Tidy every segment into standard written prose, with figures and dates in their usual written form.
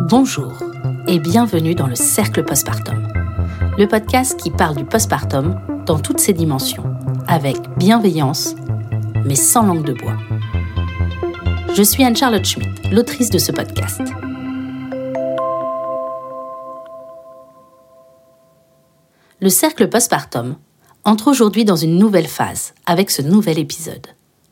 Bonjour et bienvenue dans le Cercle Postpartum, le podcast qui parle du postpartum dans toutes ses dimensions, avec bienveillance, mais sans langue de bois. Je suis Anne-Charlotte Schmitt, l'autrice de ce podcast. Le Cercle Postpartum entre aujourd'hui dans une nouvelle phase avec ce nouvel épisode.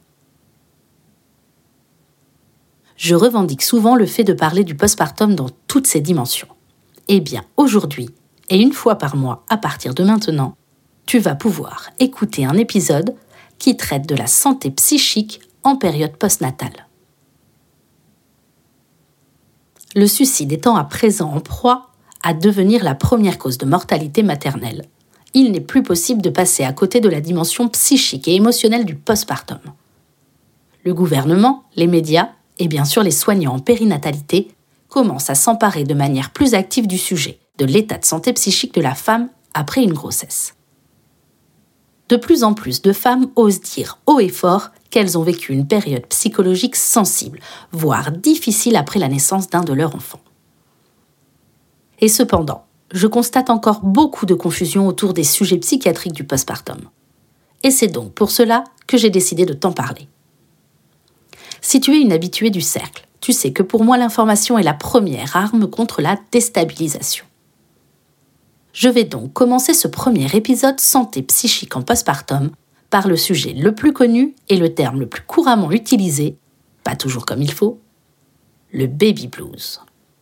Je revendique souvent le fait de parler du postpartum dans toutes ses dimensions. Eh bien, aujourd'hui, et une fois par mois à partir de maintenant, tu vas pouvoir écouter un épisode qui traite de la santé psychique en période postnatale. Le suicide étant à présent en proie à devenir la première cause de mortalité maternelle, il n'est plus possible de passer à côté de la dimension psychique et émotionnelle du postpartum. Le gouvernement, les médias et bien sûr les soignants en périnatalité commencent à s'emparer de manière plus active du sujet, de l'état de santé psychique de la femme après une grossesse. De plus en plus de femmes osent dire haut et fort qu'elles ont vécu une période psychologique sensible, voire difficile après la naissance d'un de leurs enfants. Et cependant, je constate encore beaucoup de confusion autour des sujets psychiatriques du postpartum. Et c'est donc pour cela que j'ai décidé de t'en parler. Si tu es une habituée du cercle, tu sais que pour moi l'information est la première arme contre la déstabilisation. Je vais donc commencer ce premier épisode santé psychique en postpartum par le sujet le plus connu et le terme le plus couramment utilisé, pas toujours comme il faut, le baby blues.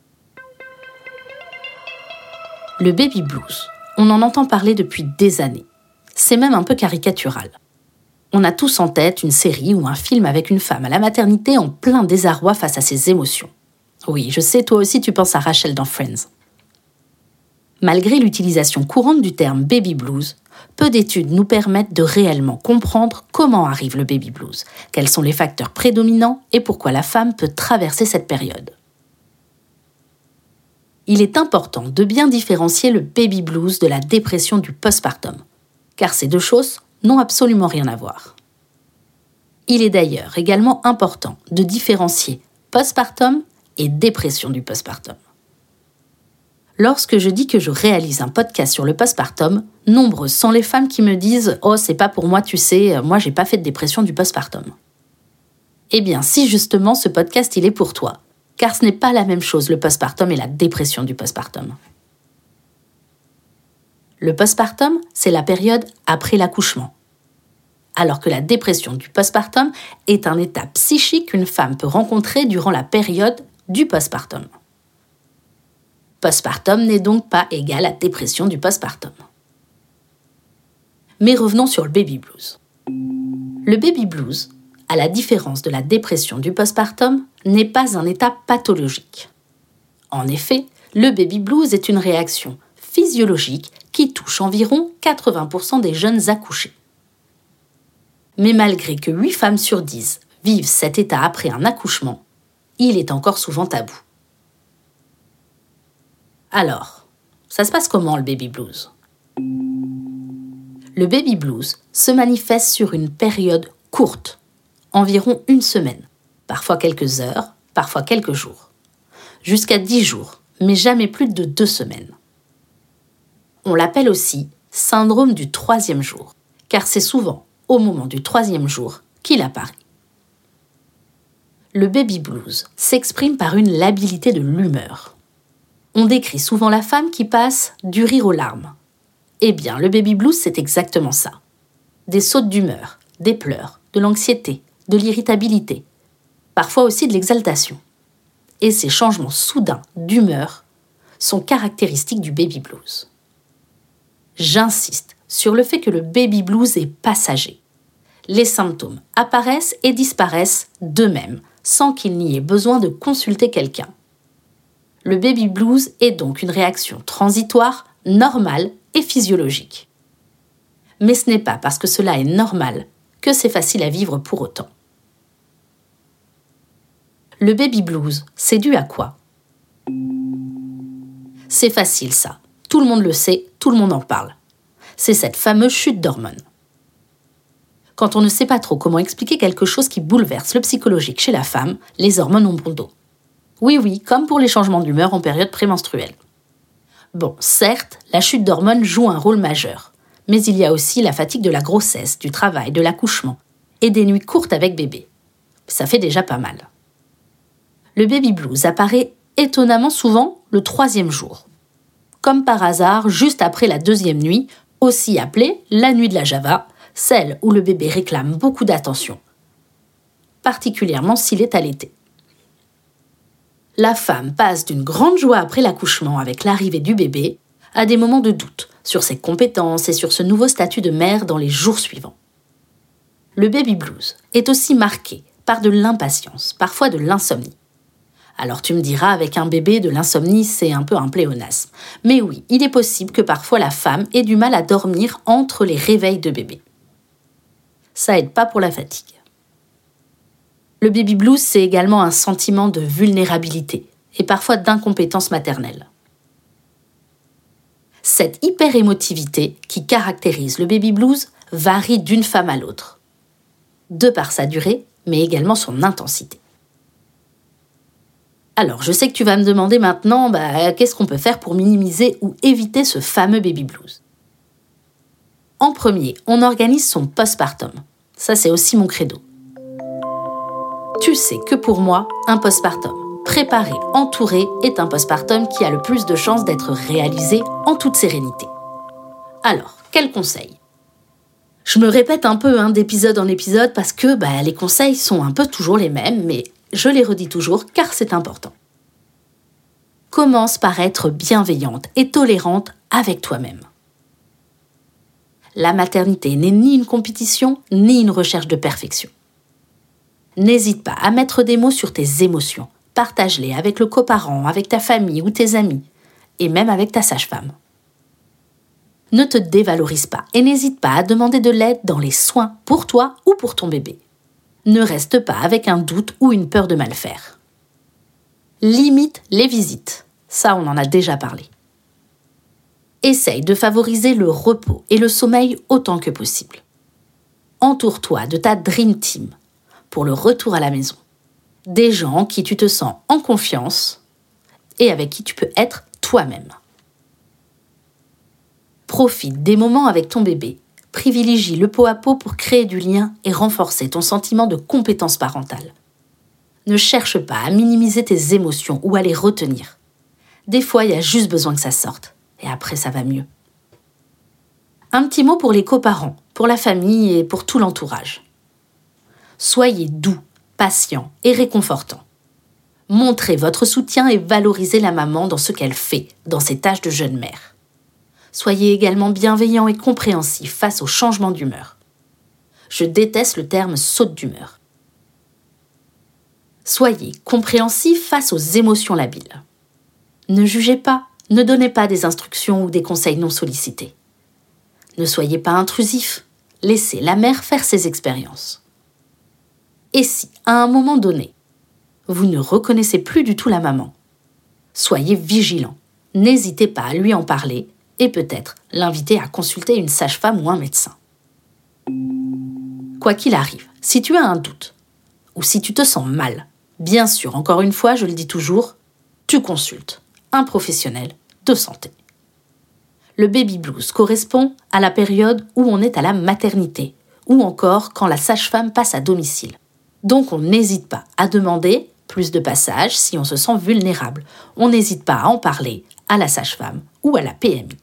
Le baby blues, on en entend parler depuis des années. C'est même un peu caricatural. On a tous en tête une série ou un film avec une femme à la maternité en plein désarroi face à ses émotions. Oui, je sais, toi aussi tu penses à Rachel dans Friends. Malgré l'utilisation courante du terme baby blues, peu d'études nous permettent de réellement comprendre comment arrive le baby blues, quels sont les facteurs prédominants et pourquoi la femme peut traverser cette période. Il est important de bien différencier le baby blues de la dépression du postpartum, car ces deux choses n'ont absolument rien à voir. Il est d'ailleurs également important de différencier postpartum et dépression du postpartum. Lorsque je dis que je réalise un podcast sur le postpartum, nombreuses sont les femmes qui me disent « Oh, c'est pas pour moi, tu sais, moi j'ai pas fait de dépression du postpartum ». Eh bien, si justement ce podcast il est pour toi, car ce n'est pas la même chose le postpartum et la dépression du postpartum. Le postpartum, c'est la période après l'accouchement, alors que la dépression du postpartum est un état psychique qu'une femme peut rencontrer durant la période du postpartum. Postpartum n'est donc pas égal à dépression du postpartum. Mais revenons sur le baby blues. Le baby blues, à la différence de la dépression du postpartum, n'est pas un état pathologique. En effet, le baby blues est une réaction physiologique qui touche environ 80% des jeunes accouchés. Mais malgré que 8 femmes sur 10 vivent cet état après un accouchement, il est encore souvent tabou. Alors, ça se passe comment le baby blues ? Le baby blues se manifeste sur une période courte, environ une semaine, parfois quelques heures, parfois quelques jours, jusqu'à 10 jours, mais jamais plus de 2 semaines. On l'appelle aussi syndrome du 3e jour, car c'est souvent au moment du 3e jour qu'il apparaît. Le baby blues s'exprime par une labilité de l'humeur. On décrit souvent la femme qui passe du rire aux larmes. Eh bien, le baby blues, c'est exactement ça. Des sautes d'humeur, des pleurs, de l'anxiété, de l'irritabilité, parfois aussi de l'exaltation. Et ces changements soudains d'humeur sont caractéristiques du baby blues. J'insiste sur le fait que le baby blues est passager. Les symptômes apparaissent et disparaissent d'eux-mêmes, sans qu'il n'y ait besoin de consulter quelqu'un. Le baby blues est donc une réaction transitoire, normale et physiologique. Mais ce n'est pas parce que cela est normal que c'est facile à vivre pour autant. Le baby blues, c'est dû à quoi ? C'est facile ça. Tout le monde le sait, tout le monde en parle. C'est cette fameuse chute d'hormones. Quand on ne sait pas trop comment expliquer quelque chose qui bouleverse le psychologique chez la femme, les hormones ont bon dos. Oui, comme pour les changements d'humeur en période prémenstruelle. Bon, certes, la chute d'hormones joue un rôle majeur, mais il y a aussi la fatigue de la grossesse, du travail, de l'accouchement et des nuits courtes avec bébé. Ça fait déjà pas mal. Le baby blues apparaît étonnamment souvent le 3e jour. Comme par hasard, juste après la 2e nuit, aussi appelée la nuit de la Java, celle où le bébé réclame beaucoup d'attention, particulièrement s'il est allaité. La femme passe d'une grande joie après l'accouchement avec l'arrivée du bébé à des moments de doute sur ses compétences et sur ce nouveau statut de mère dans les jours suivants. Le baby blues est aussi marqué par de l'impatience, parfois de l'insomnie. Alors tu me diras, avec un bébé, de l'insomnie, c'est un peu un pléonasme. Mais oui, il est possible que parfois la femme ait du mal à dormir entre les réveils de bébé. Ça aide pas pour la fatigue. Le baby blues, c'est également un sentiment de vulnérabilité et parfois d'incompétence maternelle. Cette hyper-émotivité qui caractérise le baby blues varie d'une femme à l'autre, de par sa durée, mais également son intensité. Alors, je sais que tu vas me demander maintenant, qu'est-ce qu'on peut faire pour minimiser ou éviter ce fameux baby blues ? En premier, on organise son postpartum. Ça, c'est aussi mon credo. Tu sais que pour moi, un postpartum préparé, entouré, est un postpartum qui a le plus de chances d'être réalisé en toute sérénité. Alors, quels conseils ? Je me répète un peu d'épisode en épisode parce que les conseils sont un peu toujours les mêmes, mais je les redis toujours car c'est important. Commence par être bienveillante et tolérante avec toi-même. La maternité n'est ni une compétition, ni une recherche de perfection. N'hésite pas à mettre des mots sur tes émotions. Partage-les avec le coparent, avec ta famille ou tes amis, et même avec ta sage-femme. Ne te dévalorise pas et n'hésite pas à demander de l'aide dans les soins pour toi ou pour ton bébé. Ne reste pas avec un doute ou une peur de mal faire. Limite les visites. Ça, on en a déjà parlé. Essaye de favoriser le repos et le sommeil autant que possible. Entoure-toi de ta Dream Team pour le retour à la maison. Des gens en qui tu te sens en confiance et avec qui tu peux être toi-même. Profite des moments avec ton bébé. Privilégie le pot à pot pour créer du lien et renforcer ton sentiment de compétence parentale. Ne cherche pas à minimiser tes émotions ou à les retenir. Des fois, il y a juste besoin que ça sorte. Et après, ça va mieux. Un petit mot pour les coparents, pour la famille et pour tout l'entourage. Soyez doux, patient et réconfortant. Montrez votre soutien et valorisez la maman dans ce qu'elle fait, dans ses tâches de jeune mère. Soyez également bienveillant et compréhensif face aux changements d'humeur. Je déteste le terme « saute d'humeur ». Soyez compréhensif face aux émotions labiles. Ne jugez pas, ne donnez pas des instructions ou des conseils non sollicités. Ne soyez pas intrusif, laissez la mère faire ses expériences. Et si, à un moment donné, vous ne reconnaissez plus du tout la maman, soyez vigilant, n'hésitez pas à lui en parler et peut-être l'inviter à consulter une sage-femme ou un médecin. Quoi qu'il arrive, si tu as un doute ou si tu te sens mal, bien sûr, encore une fois, je le dis toujours, tu consultes un professionnel de santé. Le baby blues correspond à la période où on est à la maternité ou encore quand la sage-femme passe à domicile. Donc on n'hésite pas à demander plus de passages si on se sent vulnérable. On n'hésite pas à en parler à la sage-femme ou à la PMI.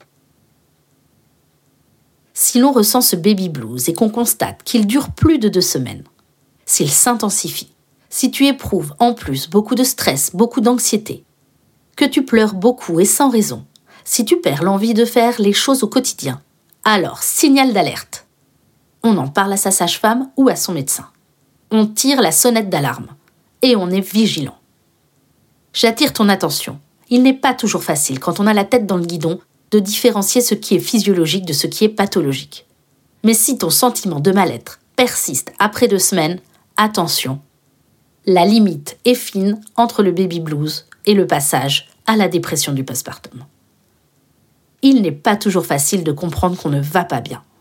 Si l'on ressent ce baby blues et qu'on constate qu'il dure plus de 2 semaines, s'il s'intensifie, si tu éprouves en plus beaucoup de stress, beaucoup d'anxiété, que tu pleures beaucoup et sans raison, si tu perds l'envie de faire les choses au quotidien, alors signal d'alerte. On en parle à sa sage-femme ou à son médecin. On tire la sonnette d'alarme et on est vigilant. J'attire ton attention. Il n'est pas toujours facile, quand on a la tête dans le guidon, de différencier ce qui est physiologique de ce qui est pathologique. Mais si ton sentiment de mal-être persiste après 2 semaines, attention. La limite est fine entre le baby blues et le passage à la dépression du postpartum. Il n'est pas toujours facile de comprendre qu'on ne va pas bien.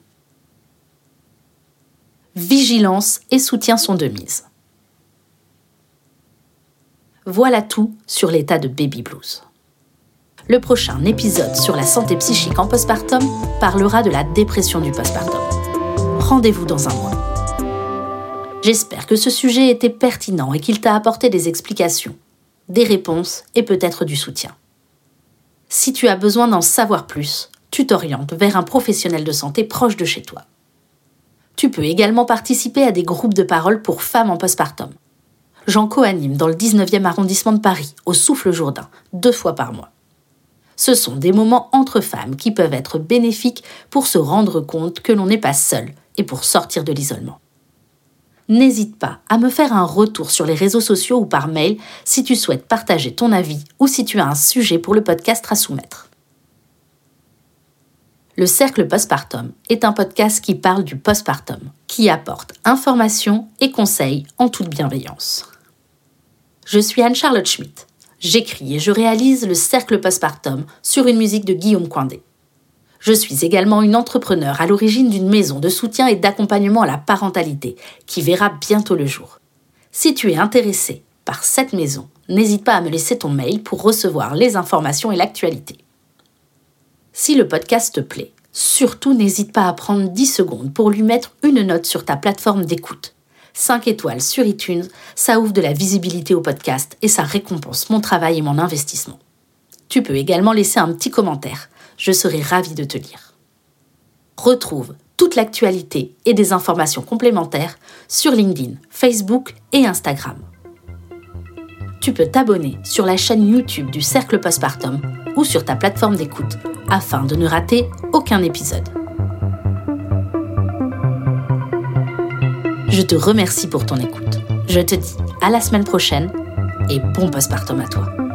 Vigilance et soutien sont de mise. Voilà tout sur l'état de baby blues. Le prochain épisode sur la santé psychique en postpartum parlera de la dépression du postpartum. Rendez-vous dans un mois. J'espère que ce sujet était pertinent et qu'il t'a apporté des explications, des réponses et peut-être du soutien. Si tu as besoin d'en savoir plus, tu t'orientes vers un professionnel de santé proche de chez toi. Tu peux également participer à des groupes de parole pour femmes en postpartum. J'en co-anime dans le 19e arrondissement de Paris, au Souffle Jourdain, 2 fois par mois. Ce sont des moments entre femmes qui peuvent être bénéfiques pour se rendre compte que l'on n'est pas seul et pour sortir de l'isolement. N'hésite pas à me faire un retour sur les réseaux sociaux ou par mail si tu souhaites partager ton avis ou si tu as un sujet pour le podcast à soumettre. Le Cercle Postpartum est un podcast qui parle du postpartum, qui apporte informations et conseils en toute bienveillance. Je suis Anne-Charlotte Schmitt. J'écris et je réalise le Cercle Postpartum sur une musique de Guillaume Coindé. Je suis également une entrepreneure à l'origine d'une maison de soutien et d'accompagnement à la parentalité qui verra bientôt le jour. Si tu es intéressé par cette maison, n'hésite pas à me laisser ton mail pour recevoir les informations et l'actualité. Si le podcast te plaît, surtout n'hésite pas à prendre 10 secondes pour lui mettre une note sur ta plateforme d'écoute. 5 étoiles sur iTunes, ça ouvre de la visibilité au podcast et ça récompense mon travail et mon investissement. Tu peux également laisser un petit commentaire. Je serai ravie de te lire. Retrouve toute l'actualité et des informations complémentaires sur LinkedIn, Facebook et Instagram. Tu peux t'abonner sur la chaîne YouTube du Cercle Postpartum ou sur ta plateforme d'écoute afin de ne rater aucun épisode. Je te remercie pour ton écoute. Je te dis à la semaine prochaine et bon postpartum à toi.